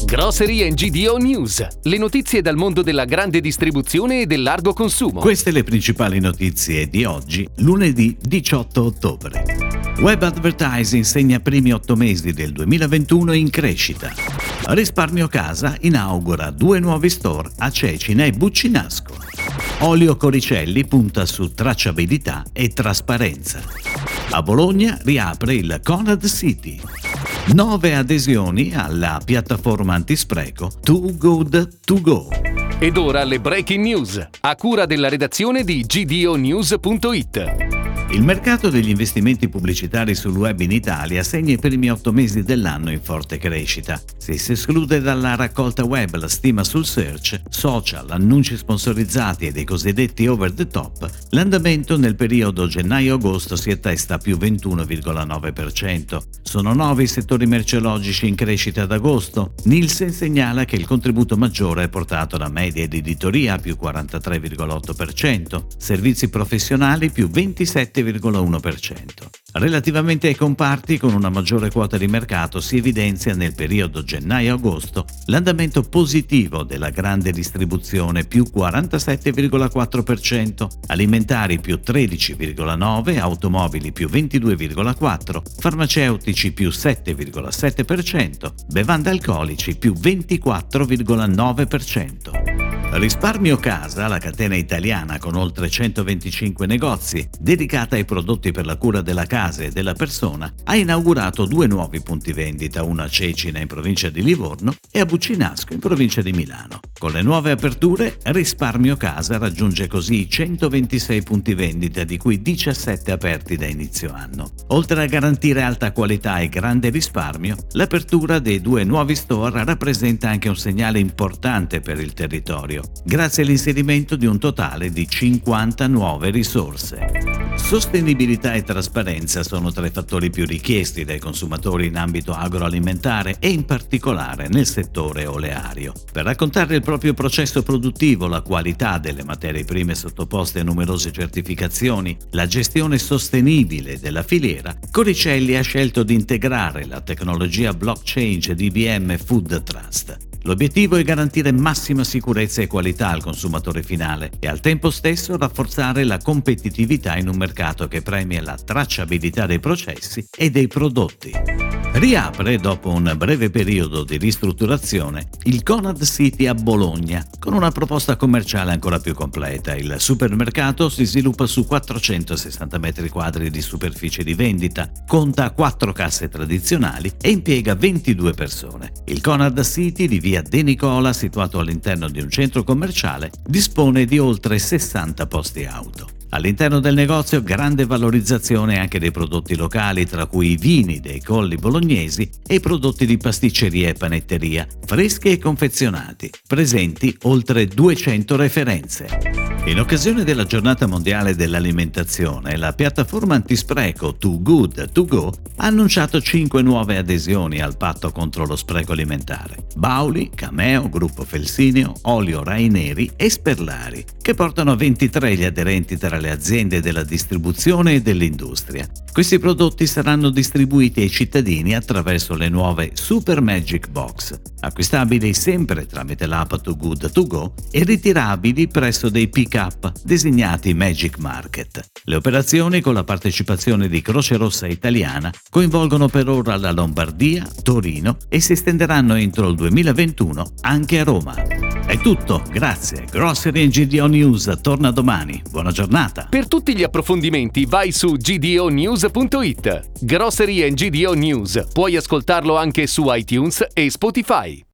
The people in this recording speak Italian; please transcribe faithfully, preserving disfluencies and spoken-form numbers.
Grocery and G D O News, le notizie dal mondo della grande distribuzione e del largo consumo. Queste le principali notizie di oggi, lunedì diciotto ottobre. Web Advertising segna primi otto mesi del duemilaventuno in crescita. Risparmio Casa inaugura due nuovi store a Cecina e Buccinasco. Olio Coricelli punta su tracciabilità e trasparenza. A Bologna riapre il Conad City. Nove adesioni alla piattaforma antispreco Too Good To Go. Ed ora le breaking news, a cura della redazione di G D O news punto it. Il mercato degli investimenti pubblicitari sul web in Italia segna i primi otto mesi dell'anno in forte crescita. Se si esclude dalla raccolta web la stima sul search, social, annunci sponsorizzati e dei cosiddetti over the top, l'andamento nel periodo gennaio-agosto si attesta a più ventuno virgola nove per cento. Sono nove i settori merceologici in crescita ad agosto. Nielsen segnala che il contributo maggiore è portato da media ed editoria a più quarantatré virgola otto per cento, servizi professionali più ventisette virgola uno per cento. Relativamente ai comparti con una maggiore quota di mercato si evidenzia nel periodo gennaio-agosto l'andamento positivo della grande distribuzione più quarantasette virgola quattro per cento, alimentari più tredici virgola nove per cento, automobili più ventidue virgola quattro per cento, farmaceutici più sette virgola sette per cento, bevande alcolici più ventiquattro virgola nove per cento. Risparmio Casa, la catena italiana con oltre centoventicinque negozi, dedicata ai prodotti per la cura della casa e della persona, ha inaugurato due nuovi punti vendita, uno a Cecina in provincia di Livorno e a Buccinasco in provincia di Milano. Con le nuove aperture, Risparmio Casa raggiunge così i centoventisei punti vendita, di cui diciassette aperti da inizio anno. Oltre a garantire alta qualità e grande risparmio, l'apertura dei due nuovi store rappresenta anche un segnale importante per il territorio, grazie all'inserimento di un totale di cinquanta nuove risorse. Sostenibilità e trasparenza sono tra i fattori più richiesti dai consumatori in ambito agroalimentare e in particolare nel settore oleario. Per raccontare il proprio processo produttivo, la qualità delle materie prime sottoposte a numerose certificazioni, la gestione sostenibile della filiera, Coricelli ha scelto di integrare la tecnologia blockchain di I B M Food Trust. L'obiettivo è garantire massima sicurezza e qualità al consumatore finale e al tempo stesso rafforzare la competitività in un mercato che premia la tracciabilità dei processi e dei prodotti. Riapre, dopo un breve periodo di ristrutturazione, il Conad City a Bologna, con una proposta commerciale ancora più completa. Il supermercato si sviluppa su quattrocentosessanta metri quadri di superficie di vendita, conta quattro casse tradizionali e impiega ventidue persone. Il Conad City di via De Nicola, situato all'interno di un centro commerciale, dispone di oltre sessanta posti auto. All'interno del negozio grande valorizzazione anche dei prodotti locali, tra cui i vini dei colli bolognesi e i prodotti di pasticceria e panetteria, freschi e confezionati, presenti oltre duecento referenze. In occasione della Giornata Mondiale dell'Alimentazione, la piattaforma antispreco Too Good To Go ha annunciato cinque nuove adesioni al patto contro lo spreco alimentare: Bauli, Cameo, Gruppo Felsineo, Olio Raineri e Sperlari, che portano a ventitré gli aderenti tra le aziende della distribuzione e dell'industria. Questi prodotti saranno distribuiti ai cittadini attraverso le nuove Super Magic Box, acquistabili sempre tramite l'app Too Good To Go e ritirabili presso dei pick-up designati Magic Market. Le operazioni, con la partecipazione di Croce Rossa Italiana, coinvolgono per ora la Lombardia, Torino e si estenderanno entro il duemilaventuno anche a Roma. È tutto, grazie. Grocery and G D O News torna domani. Buona giornata. Per tutti gli approfondimenti vai su G D O news punto it. Grocery and G D O News, puoi ascoltarlo anche su iTunes e Spotify.